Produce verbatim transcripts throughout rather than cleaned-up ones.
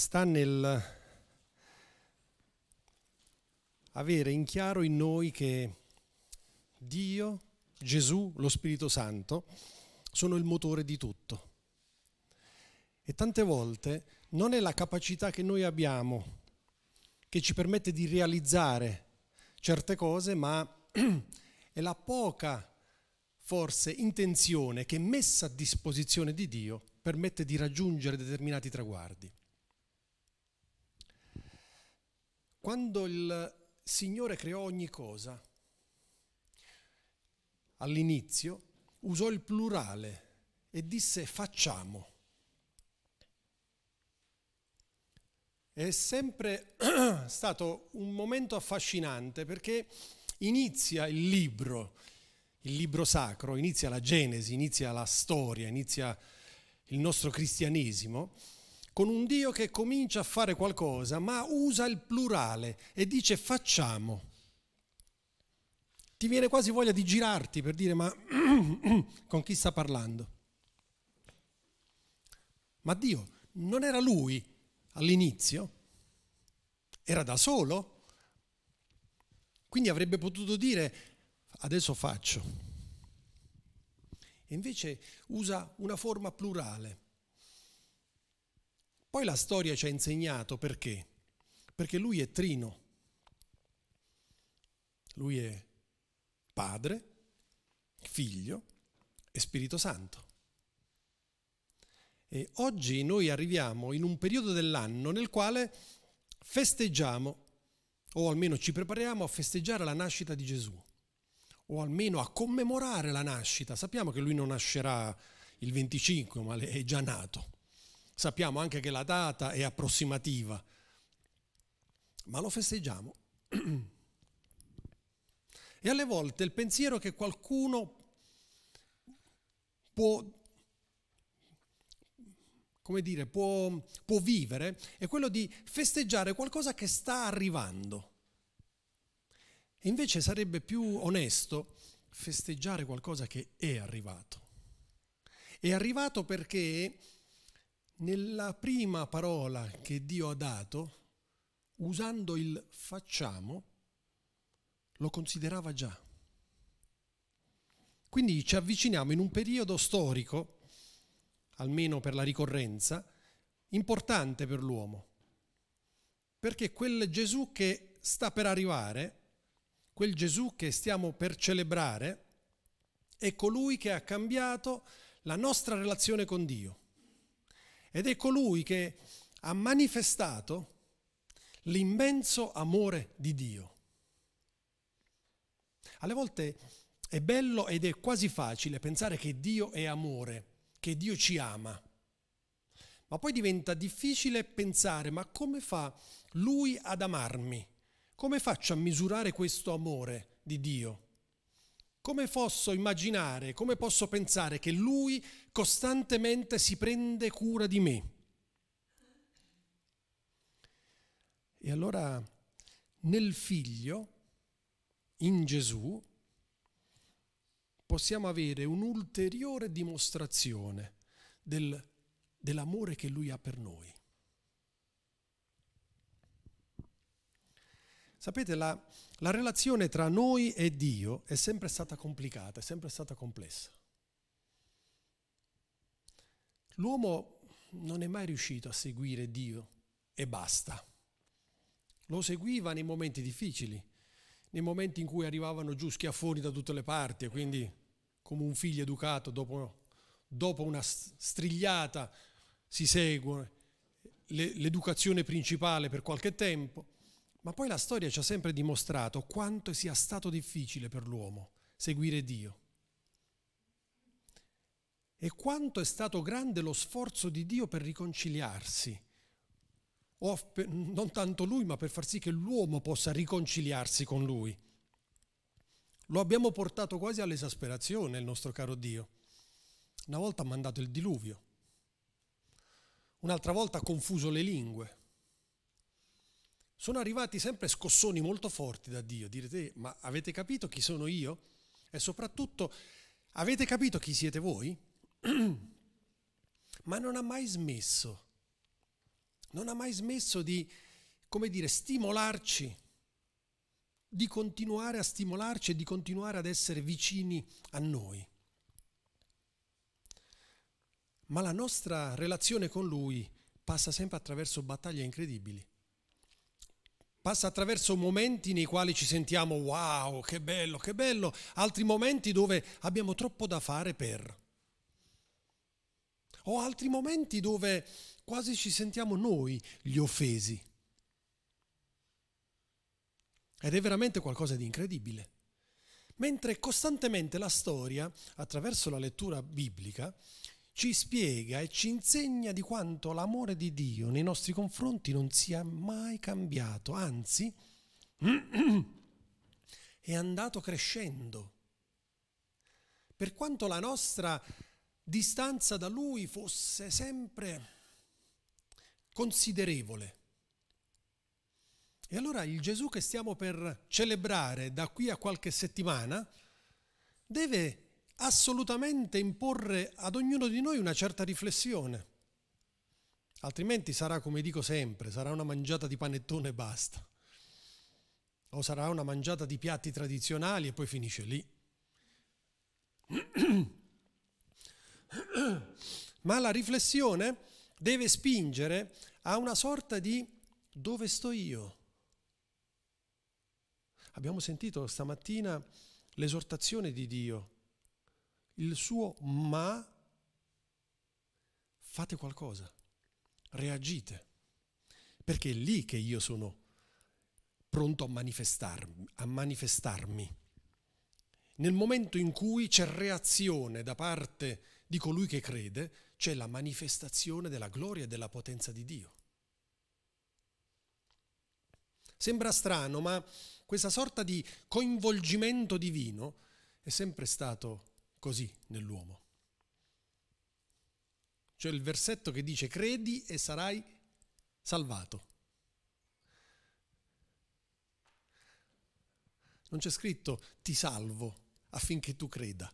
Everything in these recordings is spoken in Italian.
sta nel avere in chiaro in noi che Dio, Gesù, lo Spirito Santo sono il motore di tutto. E tante volte non è la capacità che noi abbiamo che ci permette di realizzare certe cose, ma è la poca, forse, intenzione che messa a disposizione di Dio permette di raggiungere determinati traguardi. Quando il Signore creò ogni cosa, all'inizio usò il plurale e disse facciamo. È sempre stato un momento affascinante perché inizia il libro, il libro sacro, inizia la Genesi, inizia la storia, inizia il nostro cristianesimo con un Dio che comincia a fare qualcosa ma usa il plurale e dice facciamo. Ti viene quasi voglia di girarti per dire ma con chi sta parlando? Ma Dio non era Lui all'inizio? Era da solo? Quindi avrebbe potuto dire adesso faccio. E invece usa una forma plurale. Poi la storia ci ha insegnato perché? Perché Lui è trino. Lui è Padre, Figlio e Spirito Santo. E oggi noi arriviamo in un periodo dell'anno nel quale festeggiamo, o almeno ci prepariamo a festeggiare la nascita di Gesù, o almeno a commemorare la nascita. Sappiamo che Lui non nascerà il venticinque, ma è già nato. Sappiamo anche che la data è approssimativa, ma lo festeggiamo. E alle volte il pensiero che qualcuno può, come dire, può, può vivere è quello di festeggiare qualcosa che sta arrivando. E invece sarebbe più onesto festeggiare qualcosa che è arrivato. È arrivato perché nella prima parola che Dio ha dato, usando il facciamo, lo considerava già. Quindi ci avviciniamo in un periodo storico, almeno per la ricorrenza, importante per l'uomo. Perché quel Gesù che sta per arrivare, quel Gesù che stiamo per celebrare, è colui che ha cambiato la nostra relazione con Dio. Ed è colui che ha manifestato l'immenso amore di Dio. Alle volte è bello ed è quasi facile pensare che Dio è amore, che Dio ci ama. Ma poi diventa difficile pensare, ma come fa Lui ad amarmi? Come faccio a misurare questo amore di Dio? Come posso immaginare, come posso pensare che Lui costantemente si prende cura di me? E allora nel Figlio, in Gesù, possiamo avere un'ulteriore dimostrazione del, dell'amore che Lui ha per noi. Sapete, la, la relazione tra noi e Dio è sempre stata complicata, è sempre stata complessa. L'uomo non è mai riuscito a seguire Dio e basta. Lo seguiva nei momenti difficili, nei momenti in cui arrivavano giù schiaffoni da tutte le parti e quindi come un figlio educato dopo, dopo una strigliata si segue le, l'educazione principale per qualche tempo, ma poi la storia ci ha sempre dimostrato quanto sia stato difficile per l'uomo seguire Dio e quanto è stato grande lo sforzo di Dio per riconciliarsi. O per, non tanto Lui, ma per far sì che l'uomo possa riconciliarsi con Lui. Lo abbiamo portato quasi all'esasperazione, il nostro caro Dio. Una volta ha mandato il diluvio, un'altra volta ha confuso le lingue. Sono arrivati sempre scossoni molto forti da Dio. Direte, ma avete capito chi sono io? E soprattutto, avete capito chi siete voi? Ma non ha mai smesso non ha mai smesso di, come dire, stimolarci, di continuare a stimolarci e di continuare ad essere vicini a noi. Ma la nostra relazione con Lui passa sempre attraverso battaglie incredibili. Passa attraverso momenti nei quali ci sentiamo wow, che bello, che bello, altri momenti dove abbiamo troppo da fare per. O altri momenti dove quasi ci sentiamo noi gli offesi. Ed è veramente qualcosa di incredibile. Mentre costantemente la storia, attraverso la lettura biblica, ci spiega e ci insegna di quanto l'amore di Dio nei nostri confronti non sia mai cambiato, anzi è andato crescendo. Per quanto la nostra distanza da Lui fosse sempre considerevole. E allora il Gesù che stiamo per celebrare da qui a qualche settimana deve assolutamente imporre ad ognuno di noi una certa riflessione. Altrimenti sarà, come dico sempre, sarà una mangiata di panettone e basta. O sarà una mangiata di piatti tradizionali e poi finisce lì. Ma la riflessione deve spingere a una sorta di dove sto io? Abbiamo sentito stamattina l'esortazione di Dio, il suo ma, fate qualcosa, reagite, perché è lì che io sono pronto a manifestarmi, a manifestarmi. Nel momento in cui c'è reazione da parte di colui che crede, c'è la manifestazione della gloria e della potenza di Dio. Sembra strano, ma questa sorta di coinvolgimento divino è sempre stato così nell'uomo. Cioè il versetto che dice credi e sarai salvato. Non c'è scritto ti salvo affinché tu creda.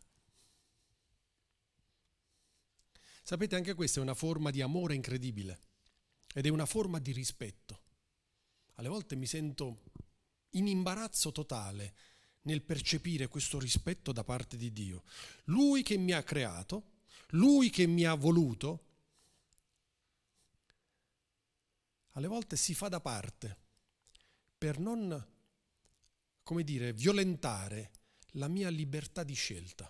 Sapete, anche questa è una forma di amore incredibile ed è una forma di rispetto. Alle volte mi sento in imbarazzo totale nel percepire questo rispetto da parte di Dio. Lui che mi ha creato, Lui che mi ha voluto, alle volte si fa da parte per non, come dire, violentare la mia libertà di scelta.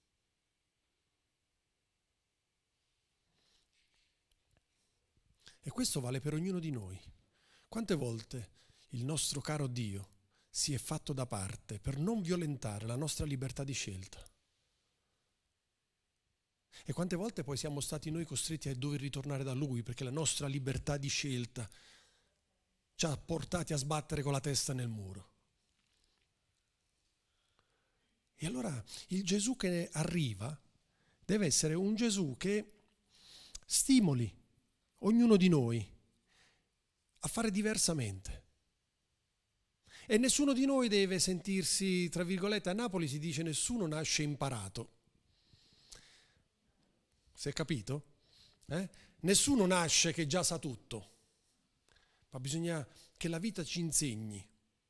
E questo vale per ognuno di noi. Quante volte il nostro caro Dio si è fatto da parte per non violentare la nostra libertà di scelta? E quante volte poi siamo stati noi costretti a dover ritornare da Lui perché la nostra libertà di scelta ci ha portati a sbattere con la testa nel muro? E allora il Gesù che arriva deve essere un Gesù che stimoli ognuno di noi a fare diversamente. E nessuno di noi deve sentirsi, tra virgolette, a Napoli si dice nessuno nasce imparato. Si è capito? Eh? Nessuno nasce che già sa tutto, ma bisogna che la vita ci insegni.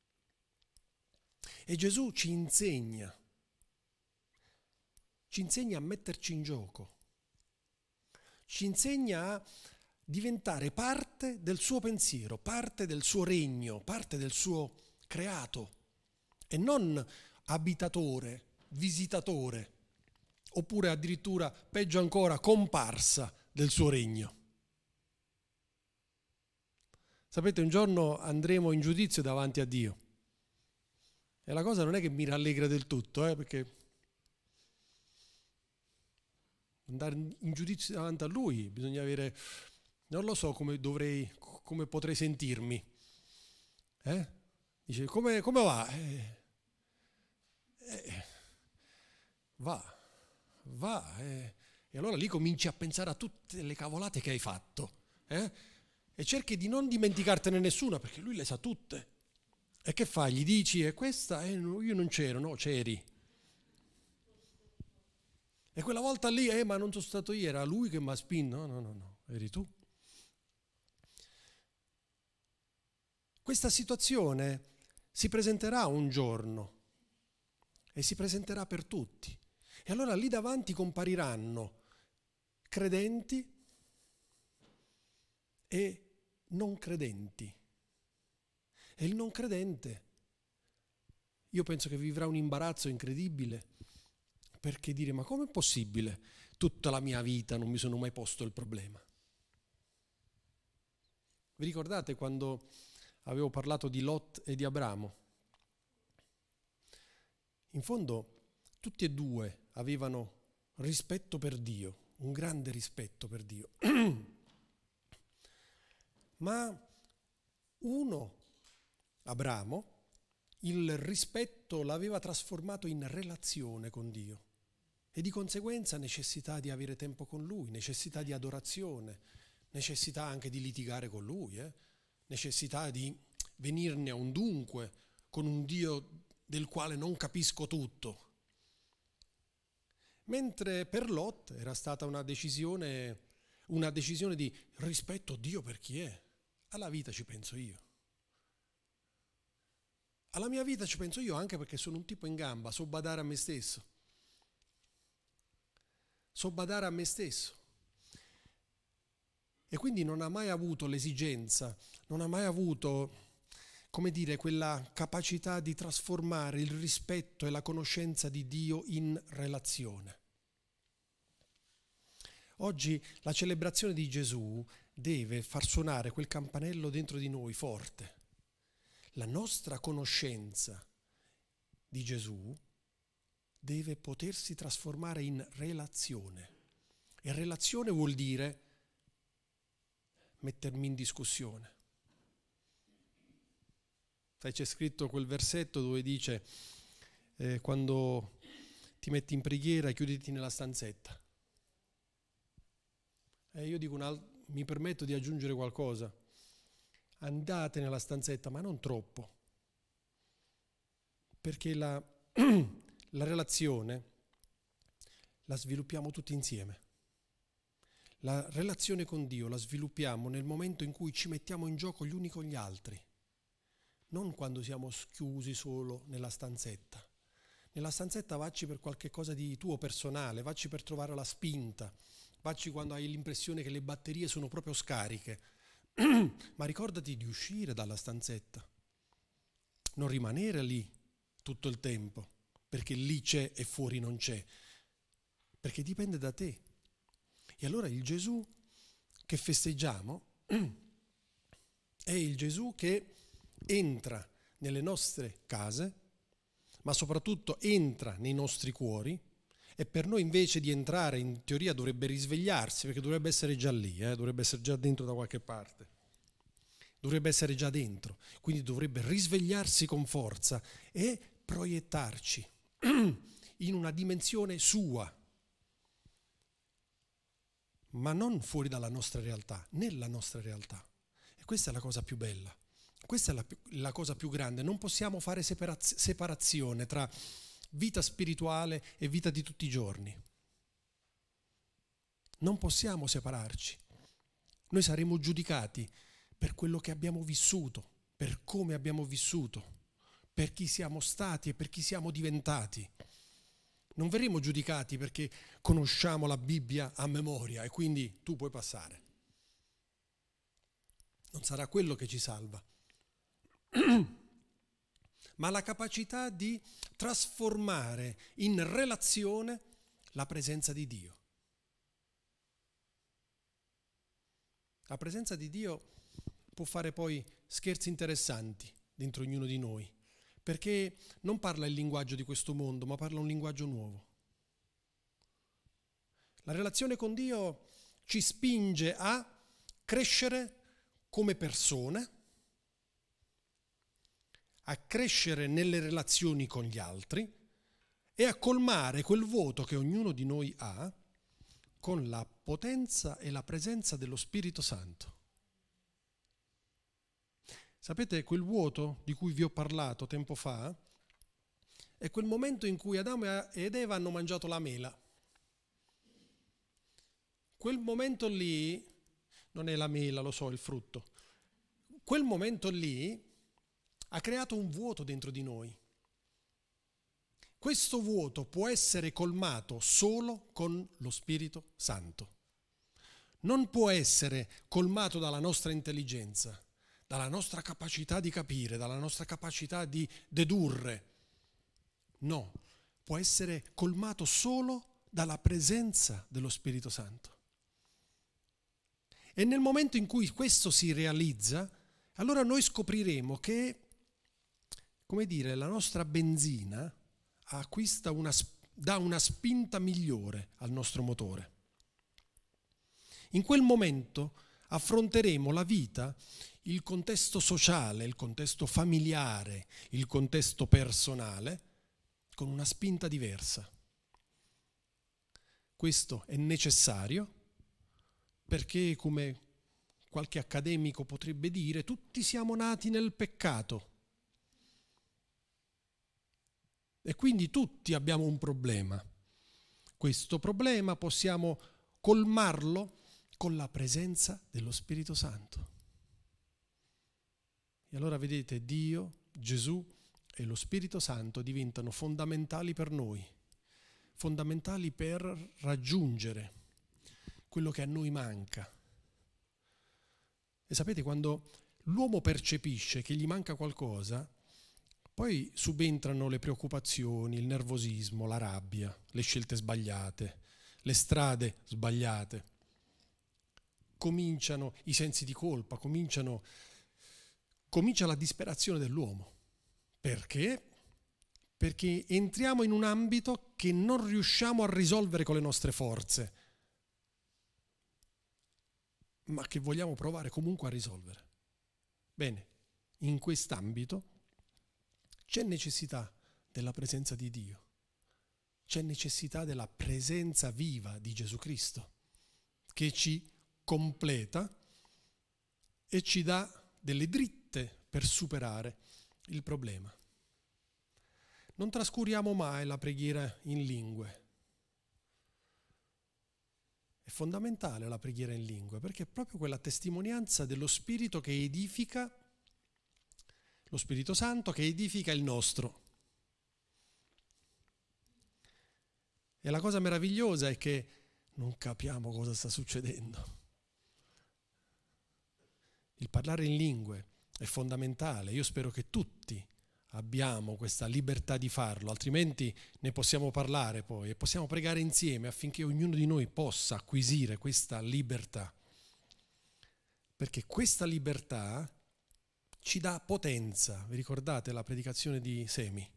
E Gesù ci insegna, ci insegna a metterci in gioco, ci insegna a diventare parte del suo pensiero, parte del suo regno, parte del suo creato e non abitatore, visitatore, oppure addirittura, peggio ancora, comparsa del suo regno. Sapete, un giorno andremo in giudizio davanti a Dio e la cosa non è che mi rallegra del tutto, eh, perché andare in giudizio davanti a Lui bisogna avere, non lo so come dovrei, come potrei sentirmi. Eh? Dice, come, come va? Eh, eh, va. Va, eh. E allora lì cominci a pensare a tutte le cavolate che hai fatto, eh? E cerchi di non dimenticartene nessuna perché lui le sa tutte. E che fai? Gli dici, e questa? Eh, io non c'ero, no, c'eri. E quella volta lì, eh, ma non sono stato io, era lui che mi ha spinto. No, no, no, no, eri tu. questa situazione si presenterà un giorno e si presenterà per tutti. E allora lì davanti compariranno credenti e non credenti. E il non credente, io penso che vivrà un imbarazzo incredibile, perché dire: ma com'è possibile? Tutta la mia vita non mi sono mai posto il problema. Vi ricordate quando avevo parlato di Lot e di Abramo? In fondo tutti e due avevano rispetto per Dio, un grande rispetto per Dio. Ma uno, Abramo, il rispetto l'aveva trasformato in relazione con Dio e di conseguenza necessità di avere tempo con Lui, necessità di adorazione, necessità anche di litigare con Lui, eh? necessità di venirne a un dunque con un Dio del quale non capisco tutto. Mentre per Lot era stata una decisione, una decisione di rispetto Dio per chi è. Alla vita ci penso io. Alla mia vita ci penso io anche perché sono un tipo in gamba, so badare a me stesso. So badare a me stesso. E quindi non ha mai avuto l'esigenza, non ha mai avuto, come dire, quella capacità di trasformare il rispetto e la conoscenza di Dio in relazione. Oggi la celebrazione di Gesù deve far suonare quel campanello dentro di noi forte. La nostra conoscenza di Gesù deve potersi trasformare in relazione. E relazione vuol dire mettermi in discussione. Sai, c'è scritto quel versetto dove dice eh, quando ti metti in preghiera chiuditi nella stanzetta. E io dico un al- mi permetto di aggiungere qualcosa. Andate nella stanzetta, ma non troppo, perché la, la relazione la sviluppiamo tutti insieme. La relazione con Dio la sviluppiamo nel momento in cui ci mettiamo in gioco gli uni con gli altri, non quando siamo chiusi solo nella stanzetta. Nella stanzetta vacci per qualche cosa di tuo personale, vacci per trovare la spinta, vacci quando hai l'impressione che le batterie sono proprio scariche. Ma ricordati di uscire dalla stanzetta, non rimanere lì tutto il tempo, perché lì c'è e fuori non c'è, perché dipende da te. E allora il Gesù che festeggiamo è il Gesù che entra nelle nostre case, ma soprattutto entra nei nostri cuori, e per noi invece di entrare in teoria dovrebbe risvegliarsi, perché dovrebbe essere già lì, eh? dovrebbe essere già dentro da qualche parte, dovrebbe essere già dentro, quindi dovrebbe risvegliarsi con forza e proiettarci in una dimensione sua, ma non fuori dalla nostra realtà, nella nostra realtà. E questa è la cosa più bella, questa è la, la cosa più grande. Non possiamo fare separaz- separazione tra vita spirituale e vita di tutti i giorni. Non possiamo separarci. Noi saremo giudicati per quello che abbiamo vissuto, per come abbiamo vissuto, per chi siamo stati e per chi siamo diventati. Non verremo giudicati perché conosciamo la Bibbia a memoria e quindi tu puoi passare. Non sarà quello che ci salva, ma la capacità di trasformare in relazione la presenza di Dio. La presenza di Dio può fare poi scherzi interessanti dentro ognuno di noi, perché non parla il linguaggio di questo mondo, ma parla un linguaggio nuovo. La relazione con Dio ci spinge a crescere come persone, a crescere nelle relazioni con gli altri e a colmare quel vuoto che ognuno di noi ha con la potenza e la presenza dello Spirito Santo. Sapete, quel vuoto di cui vi ho parlato tempo fa è quel momento in cui Adamo ed Eva hanno mangiato la mela. Quel momento lì, non è la mela, lo so, è il frutto. Quel momento lì ha creato un vuoto dentro di noi. Questo vuoto può essere colmato solo con lo Spirito Santo. Non può essere colmato dalla nostra intelligenza, dalla nostra capacità di capire, dalla nostra capacità di dedurre. No, può essere colmato solo dalla presenza dello Spirito Santo. E nel momento in cui questo si realizza, allora noi scopriremo che, come dire, la nostra benzina acquista una, dà una spinta migliore al nostro motore. In quel momento affronteremo la vita, il contesto sociale, il contesto familiare, il contesto personale, con una spinta diversa. Questo è necessario perché, come qualche accademico potrebbe dire, tutti siamo nati nel peccato e quindi tutti abbiamo un problema. Questo problema possiamo colmarlo con la presenza dello Spirito Santo. E allora vedete, Dio, Gesù e lo Spirito Santo diventano fondamentali per noi, fondamentali per raggiungere quello che a noi manca. E sapete, quando l'uomo percepisce che gli manca qualcosa, poi subentrano le preoccupazioni, il nervosismo, la rabbia, le scelte sbagliate, le strade sbagliate. Cominciano i sensi di colpa, cominciano, comincia la disperazione dell'uomo. Perché? Perché entriamo in un ambito che non riusciamo a risolvere con le nostre forze, ma che vogliamo provare comunque a risolvere. Bene, in quest'ambito c'è necessità della presenza di Dio, c'è necessità della presenza viva di Gesù Cristo, che ci completa e ci dà delle dritte per superare il problema. Non trascuriamo mai la preghiera in lingue. È fondamentale la preghiera in lingue, perché è proprio quella testimonianza dello Spirito che edifica, lo Spirito Santo che edifica il nostro. E la cosa meravigliosa è che non capiamo cosa sta succedendo. Il parlare in lingue è fondamentale. Io spero che tutti abbiamo questa libertà di farlo, altrimenti ne possiamo parlare poi e possiamo pregare insieme affinché ognuno di noi possa acquisire questa libertà. Perché questa libertà ci dà potenza. Vi ricordate la predicazione di Semi?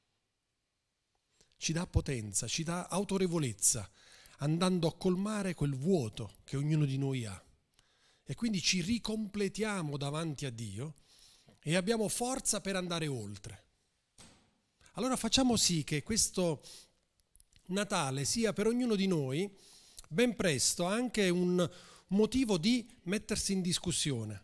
Ci dà potenza, ci dà autorevolezza, andando a colmare quel vuoto che ognuno di noi ha. E quindi ci ricompletiamo davanti a Dio e abbiamo forza per andare oltre. Allora facciamo sì che questo Natale sia per ognuno di noi ben presto anche un motivo di mettersi in discussione.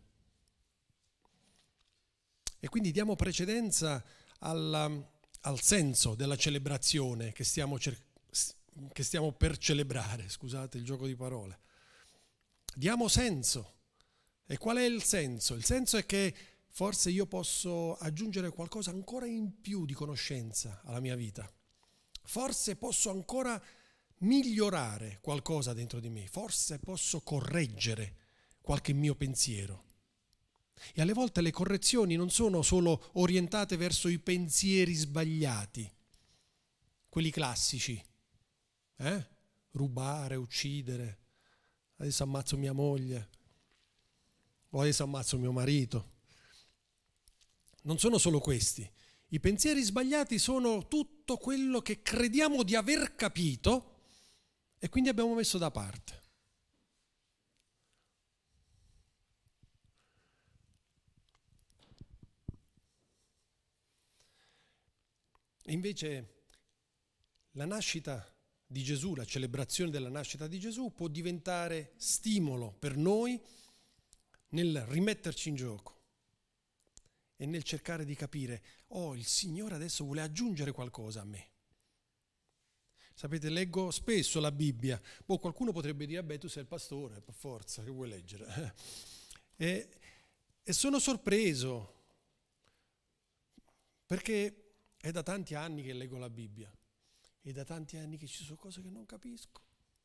E quindi diamo precedenza al, al senso della celebrazione che stiamo, cer- che stiamo per celebrare, scusate il gioco di parole. Diamo senso. E qual è il senso? Il senso è che forse io posso aggiungere qualcosa ancora in più di conoscenza alla mia vita. Forse posso ancora migliorare qualcosa dentro di me. Forse posso correggere qualche mio pensiero. E alle volte le correzioni non sono solo orientate verso i pensieri sbagliati, quelli classici. Eh? Rubare, uccidere, adesso ammazzo mia moglie, o adesso ammazzo mio marito. Non sono solo questi. I pensieri sbagliati sono tutto quello che crediamo di aver capito e quindi abbiamo messo da parte. E invece la nascita di Gesù, la celebrazione della nascita di Gesù può diventare stimolo per noi nel rimetterci in gioco e nel cercare di capire, oh, il Signore adesso vuole aggiungere qualcosa a me. Sapete, leggo spesso la Bibbia. Boh, qualcuno potrebbe dire, beh, tu sei il pastore, per forza, che vuoi leggere? E, e sono sorpreso Perché è da tanti anni che leggo la Bibbia e da tanti anni che ci sono cose che non capisco.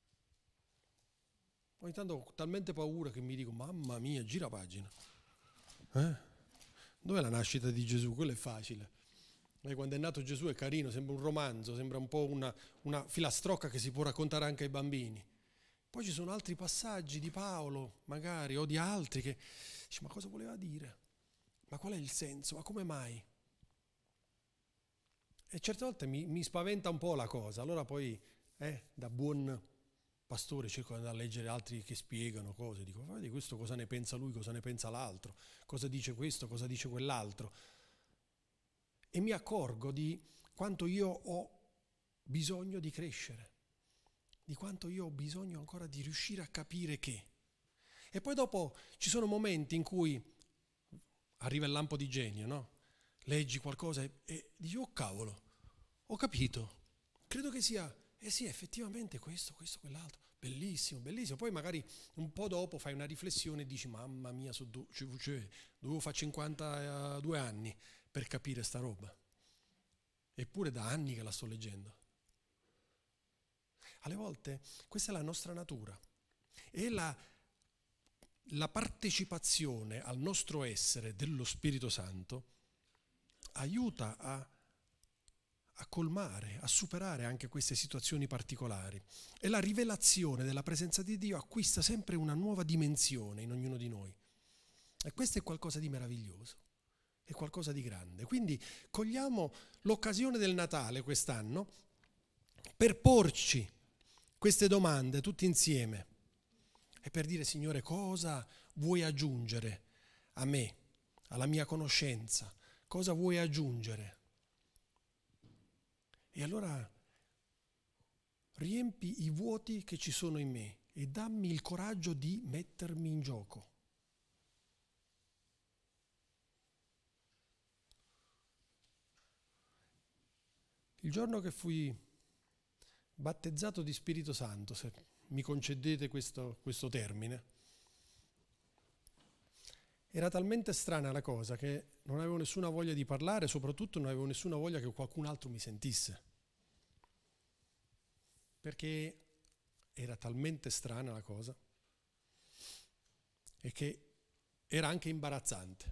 Ogni tanto ho talmente paura che mi dico, mamma mia, gira pagina. Eh? Dov'è la nascita di Gesù? Quello è facile. E quando è nato Gesù è carino, sembra un romanzo, sembra un po' una, una filastrocca che si può raccontare anche ai bambini. Poi ci sono altri passaggi di Paolo, magari, o di altri che dici, ma cosa voleva dire? Ma qual è il senso? Ma come mai? E certe volte mi, mi spaventa un po' la cosa, allora poi eh, da buon pastore cerco di andare a leggere altri che spiegano cose, dico, vedi questo cosa ne pensa lui, cosa ne pensa l'altro, cosa dice questo, cosa dice quell'altro. E mi accorgo di quanto io ho bisogno di crescere, di quanto io ho bisogno ancora di riuscire a capire che. E poi dopo ci sono momenti in cui arriva il lampo di genio, no? Leggi qualcosa e, e dici, oh cavolo, ho capito, credo che sia, eh sì, effettivamente questo, questo, quell'altro, bellissimo, bellissimo. Poi magari un po' dopo fai una riflessione e dici, mamma mia, so do, cioè, dovevo fare cinquantadue anni per capire sta roba. Eppure da anni che la sto leggendo. Alle volte questa è la nostra natura e la, la partecipazione al nostro essere dello Spirito Santo aiuta a, a colmare, a superare anche queste situazioni particolari. E la rivelazione della presenza di Dio acquista sempre una nuova dimensione in ognuno di noi. E questo è qualcosa di meraviglioso, è qualcosa di grande. Quindi cogliamo l'occasione del Natale quest'anno per porci queste domande tutti insieme e per dire, Signore, cosa vuoi aggiungere a me, alla mia conoscenza? Cosa vuoi aggiungere? E allora riempi i vuoti che ci sono in me e dammi il coraggio di mettermi in gioco. Il giorno che fui battezzato di Spirito Santo, se mi concedete questo, questo termine, era talmente strana la cosa che non avevo nessuna voglia di parlare, soprattutto non avevo nessuna voglia che qualcun altro mi sentisse. Perché era talmente strana la cosa e che era anche imbarazzante.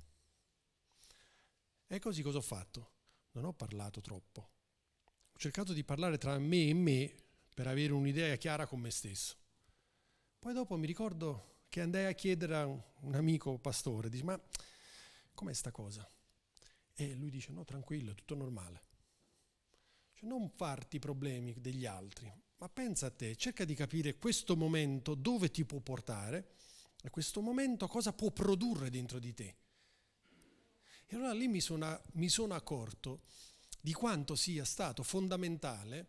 E così cosa ho fatto? Non ho parlato troppo. Ho cercato di parlare tra me e me per avere un'idea chiara con me stesso. Poi dopo mi ricordo che andai a chiedere a un amico pastore, dice, ma com'è sta cosa? E lui dice, no, tranquillo, è tutto normale. Cioè, non farti i problemi degli altri, ma pensa a te, cerca di capire questo momento dove ti può portare e questo momento cosa può produrre dentro di te. E allora lì mi sono, mi sono accorto di quanto sia stato fondamentale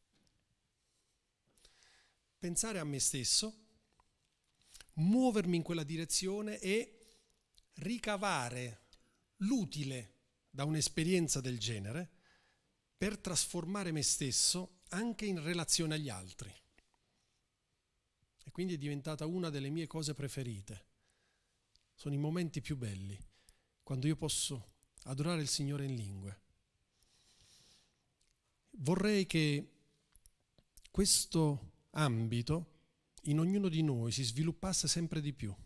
pensare a me stesso, muovermi in quella direzione e ricavare l'utile da un'esperienza del genere per trasformare me stesso anche in relazione agli altri. E quindi è diventata una delle mie cose preferite. Sono i momenti più belli, quando io posso adorare il Signore in lingue. Vorrei che questo ambito in ognuno di noi si sviluppasse sempre di più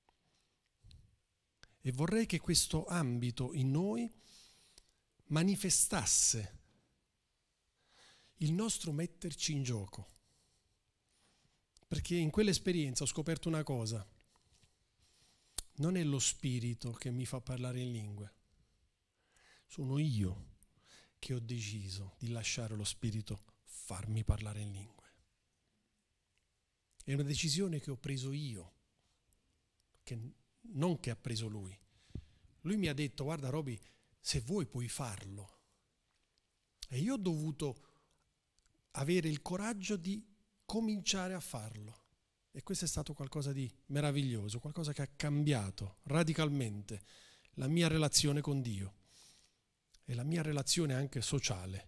e vorrei che questo ambito in noi manifestasse il nostro metterci in gioco, perché in quell'esperienza ho scoperto una cosa: non è lo spirito che mi fa parlare in lingue, sono io che ho deciso di lasciare lo spirito farmi parlare in lingue. È una decisione che ho preso io, che non che ha preso lui. Lui mi ha detto, guarda Roby, se vuoi puoi farlo. E io ho dovuto avere il coraggio di cominciare a farlo. E questo è stato qualcosa di meraviglioso, qualcosa che ha cambiato radicalmente la mia relazione con Dio e la mia relazione anche sociale.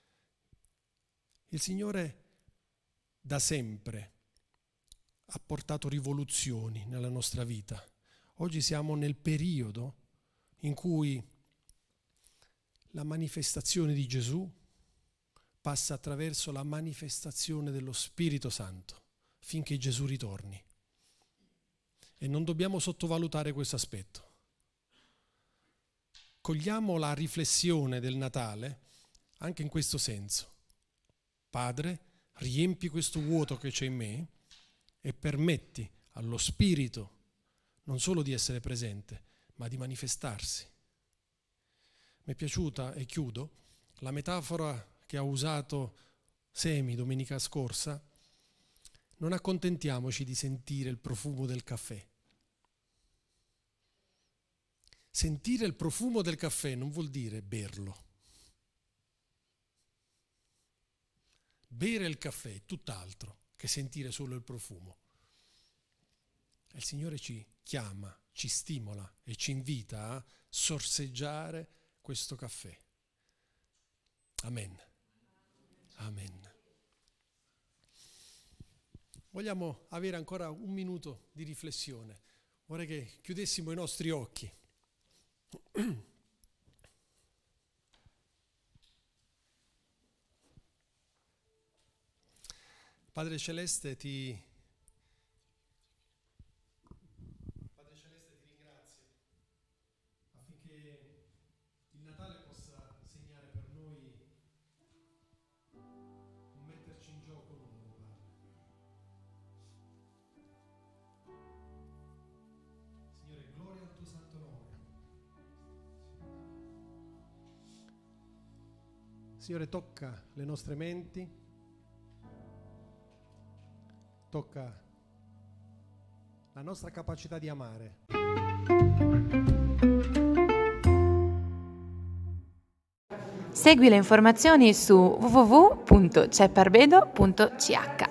Il Signore da sempre ha portato rivoluzioni nella nostra vita. Oggi siamo nel periodo in cui La manifestazione di Gesù passa attraverso la manifestazione dello Spirito Santo finché Gesù ritorni. E non dobbiamo sottovalutare questo aspetto. Cogliamo la riflessione del Natale anche in questo senso. Padre, riempi questo vuoto che c'è in me e permetti allo Spirito non solo di essere presente, ma di manifestarsi. Mi è piaciuta, e chiudo, la metafora che ha usato Semi domenica scorsa. Non accontentiamoci di sentire il profumo del caffè. Sentire il profumo del caffè non vuol dire berlo. Bere il caffè è tutt'altro che sentire solo il profumo. E il Signore ci chiama, ci stimola e ci invita a sorseggiare questo caffè. Amen. Amen. Vogliamo avere ancora un minuto di riflessione. Vorrei che chiudessimo i nostri occhi. Padre Celeste, ti Padre Celeste ti ringrazio affinché il Natale possa segnare per noi un metterci in gioco nuovo, Padre. Signore, gloria al tuo santo nome. Signore, tocca le nostre menti, tocca la nostra capacità di amare. Segui le informazioni su w w w punto cepparbedo punto c h.